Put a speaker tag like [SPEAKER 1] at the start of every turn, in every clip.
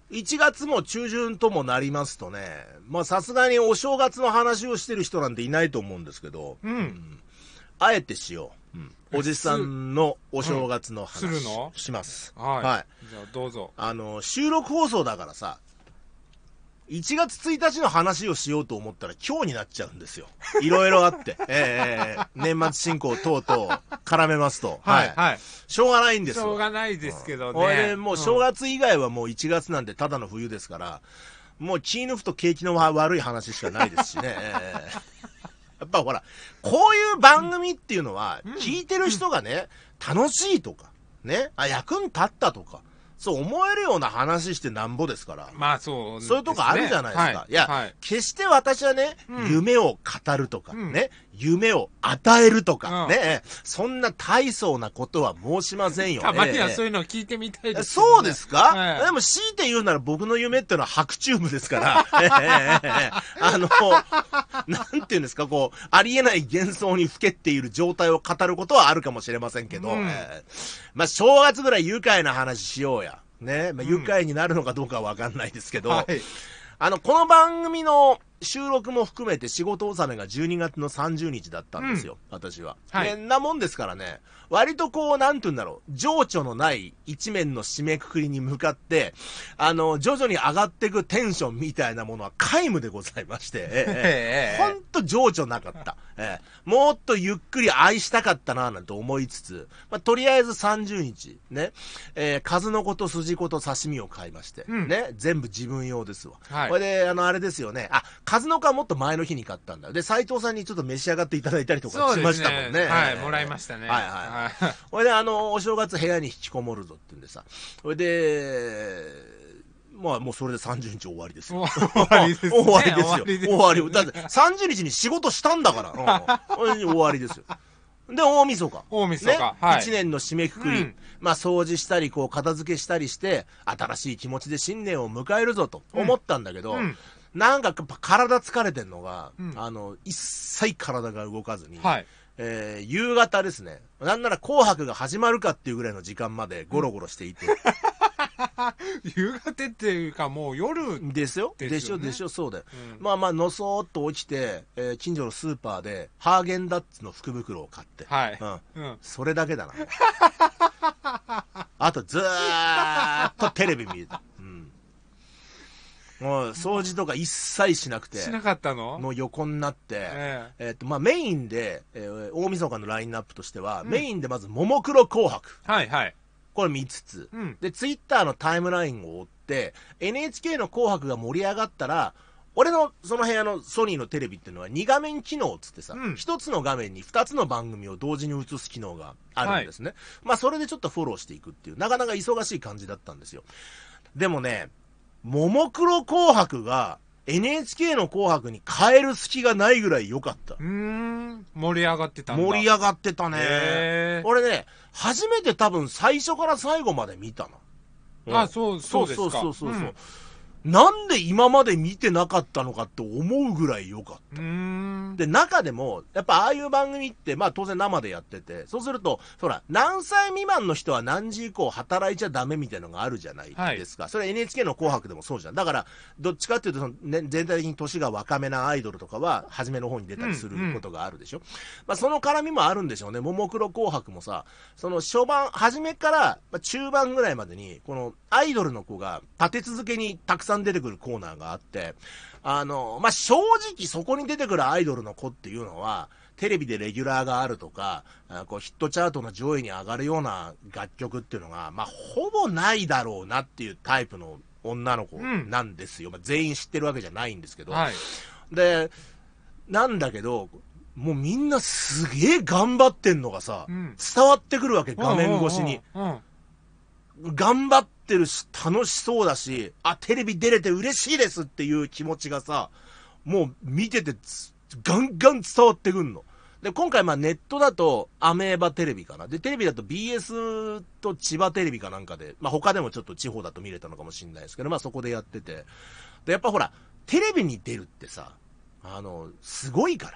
[SPEAKER 1] 1月も中旬ともなりますとね、まあさすがにお正月の話をしてる人なんていないと思うんですけど、あえてしよう。おじさんのお正月の話、
[SPEAKER 2] するの
[SPEAKER 1] します。
[SPEAKER 2] はい。じゃあどうぞ。
[SPEAKER 1] 収録放送だからさ、1月1日の話をしようと思ったら今日になっちゃうんですよ。いろいろあって。年末進行等々絡めますと。はい。しょうがないんですよ。
[SPEAKER 2] しょうがないですけどね。
[SPEAKER 1] 俺もう正月以外はもう1月なんてただの冬ですから、もう気抜くと景気の悪い話しかないですしね。やっぱほら、こういう番組っていうのは、聞いてる人がね、楽しいとか、ね、役に立ったとか、そう思えるような話してなんぼですから。
[SPEAKER 2] まあそうですね。
[SPEAKER 1] そういうとこあるじゃないですか。いや、決して私はね、夢を語るとか、ね、夢を与えるとか、ね、そんな大層なことは申しませんよ。
[SPEAKER 2] たまにはそういうのを聞いてみたいです、
[SPEAKER 1] そうですか、でも強いて言うなら僕の夢っていうのは白チューブですから、なんていうんですか、こう、ありえない幻想にふけっている状態を語ることはあるかもしれませんけど、まあ正月ぐらい愉快な話しようや。ね、まあ、愉快になるのかどうかはわかんないですけど、この番組の収録も含めて仕事納めが12月の30日だったんですよ、私は。なもんですからね、割とこう、なんて言うんだろう、情緒のない一面の締めくくりに向かって、徐々に上がっていくテンションみたいなものは皆無でございまして、ほんと情緒なかった。もっとゆっくり愛したかったなぁなんて思いつつ、まあ、とりあえず30日、ね、数の子と筋子と刺身を買いまして、ね、全部自分用ですわ。これで、あれですよね、数の子はもっと前の日に買ったんだ。で、斉藤さんにちょっと召し上がっていただいたりとかしましたもんね。
[SPEAKER 2] はい、もらいましたね。
[SPEAKER 1] これで、お正月部屋に引きこもるぞって言うんでさ、これで、まあもうそれで30日終わりですよ。
[SPEAKER 2] 終わりですよ。
[SPEAKER 1] 終わりですよ。終わり。だって30日に仕事したんだから。終わりですよ。で、大晦日。
[SPEAKER 2] 大晦日。
[SPEAKER 1] ね。1年の締めくくり。まあ掃除したり、こう片付けしたりして、新しい気持ちで新年を迎えるぞと思ったんだけど、なんかやっぱ体疲れてんのが、一切体が動かずに、夕方ですね。なんなら紅白が始まるかっていうぐらいの時間までゴロゴロしていて。
[SPEAKER 2] 夕方っていうかもう夜
[SPEAKER 1] ですよ。でしょ、そうだよ。まあまあ、のそーっと起きて、近所のスーパーで、ハーゲンダッツの福袋を買って。それだけだな。あと、ずーっとテレビ見てた。もう、掃除とか一切しなくて。
[SPEAKER 2] しなかったの？
[SPEAKER 1] もう横になって、まあメインで、大晦日のラインナップとしては、メインでまず、ももクロ紅白。これ見つつ、で、ツイッターのタイムラインを追って、NHK の紅白が盛り上がったら、俺のその部屋のソニーのテレビっていうのは2画面機能っつってさ、1つの画面に2つの番組を同時に映す機能があるんですね。まあそれでちょっとフォローしていくっていう、なかなか忙しい感じだったんですよ。でもね、ももクロ紅白が NHK の紅白に変える隙がないぐらい良かった。
[SPEAKER 2] 盛り上がってたんだ。
[SPEAKER 1] 盛り上がってたね。俺ね、初めて多分最初から最後まで見た
[SPEAKER 2] な。そうですか。
[SPEAKER 1] そう。なんで今まで見てなかったのかって思うぐらい良かった。で、中でも、やっぱああいう番組って、まあ当然生でやってて、そうすると、ほら、何歳未満の人は何時以降働いちゃダメみたいなのがあるじゃないですか。それ NHK の紅白でもそうじゃん。だから、どっちかっていうと全体的に年が若めなアイドルとかは、初めの方に出たりすることがあるでしょ。まあその絡みもあるんでしょうね。ももクロ紅白もさ、その初盤、初めから、中盤ぐらいまでに、このアイドルの子が立て続けにたくさん出てくるコーナーがあって、まあ、正直そこに出てくるアイドルの子っていうのは、テレビでレギュラーがあるとか、こうヒットチャートの上位に上がるような楽曲っていうのが、まあ、ほぼないだろうなっていうタイプの女の子なんですよ。まあ、全員知ってるわけじゃないんですけど。で、なんだけど、もうみんなすげえ頑張ってんのがさ、伝わってくるわけ、画面越しに。頑張ってるし、楽しそうだし、テレビ出れて嬉しいですっていう気持ちがさ、もう見ててガンガン伝わってくんの。で、今回まあネットだとアメーバテレビかな。で、テレビだと BS と千葉テレビかなんかで、まあ他でもちょっと地方だと見れたのかもしれないですけど、まあそこでやってて。で、やっぱほら、テレビに出るってさ、すごいから。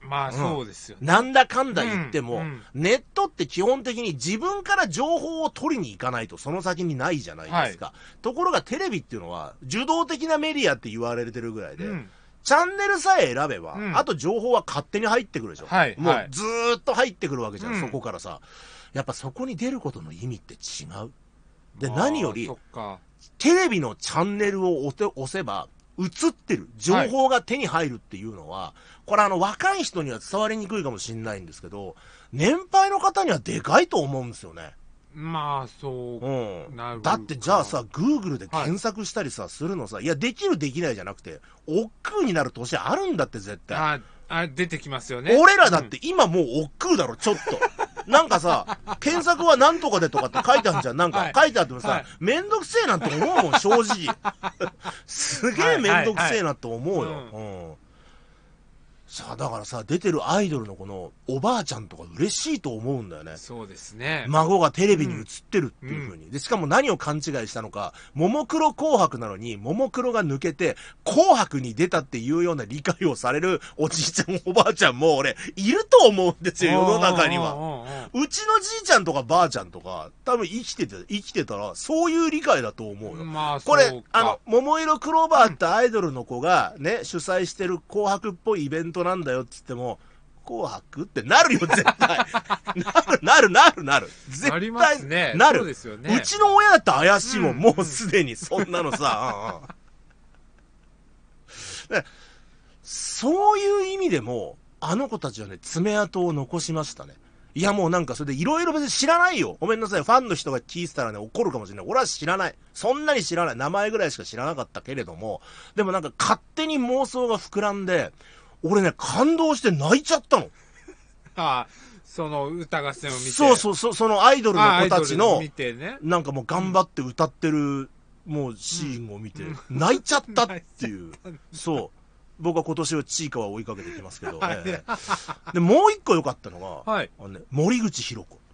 [SPEAKER 2] まあそうですよね。
[SPEAKER 1] なんだかんだ言っても、ネットって基本的に自分から情報を取りに行かないとその先にないじゃないですか。ところがテレビっていうのは受動的なメディアって言われてるぐらいで、チャンネルさえ選べば、あと情報は勝手に入ってくるでしょ。もうずーっと入ってくるわけじゃん、そこからさ。やっぱそこに出ることの意味って違う。で、何より、テレビのチャンネルを押せば、映ってる、情報が手に入るっていうのは、これ若い人には伝わりにくいかもしれないんですけど、年配の方にはでかいと思うんですよね。
[SPEAKER 2] まあ、そう。
[SPEAKER 1] だってじゃあさ、Google で検索したりさ、するのさ、いや、できるできないじゃなくて、億劫になる年あるんだって絶対。
[SPEAKER 2] 出てきますよね。
[SPEAKER 1] 俺らだって今もう億劫だろ、ちょっと。なんかさ、検索はなんとかでとかって書いてあるじゃん。なんか書いてあってもさ、めんどくせえなって思うもん、正直。すげえめんどくせえなって思うよ。さあ、だからさ、出てるアイドルのこのおばあちゃんとか嬉しいと思うんだよね。
[SPEAKER 2] そうですね。
[SPEAKER 1] 孫がテレビに映ってるっていう風に。で、しかも何を勘違いしたのか、ももクロ紅白なのに、ももクロが抜けて、紅白に出たっていうような理解をされるおじいちゃんおばあちゃんも俺、いると思うんですよ、世の中には。うちのじいちゃんとかばあちゃんとか、多分生きてたら、そういう理解だと思うよ。これ、桃色クローバーってアイドルの子がね、主催してる紅白っぽいイベントなんだよって言っても、紅白ってなるよ、絶対。なる。絶対なる。
[SPEAKER 2] そうですよね。
[SPEAKER 1] うちの親だったら怪しいもん、もうすでに、そんなのさ。そういう意味でも、あの子たちはね、爪痕を残しましたね。いやもうなんかそれでいろいろ別に知らないよ。ごめんなさい。ファンの人が聞いてたらね、怒るかもしれない。俺は知らない。そんなに知らない。名前ぐらいしか知らなかったけれども、でもなんか勝手に妄想が膨らんで、俺ね、感動して泣いちゃったの。
[SPEAKER 2] その歌合戦を見て。
[SPEAKER 1] そのアイドルの子たちの、
[SPEAKER 2] ね、
[SPEAKER 1] なんかもう頑張って歌ってる、もうシーンを見て、泣いちゃったっていう。そう。僕は今年はちいかわ追いかけていきますけど。で、もう一個良かったのが、森口博子。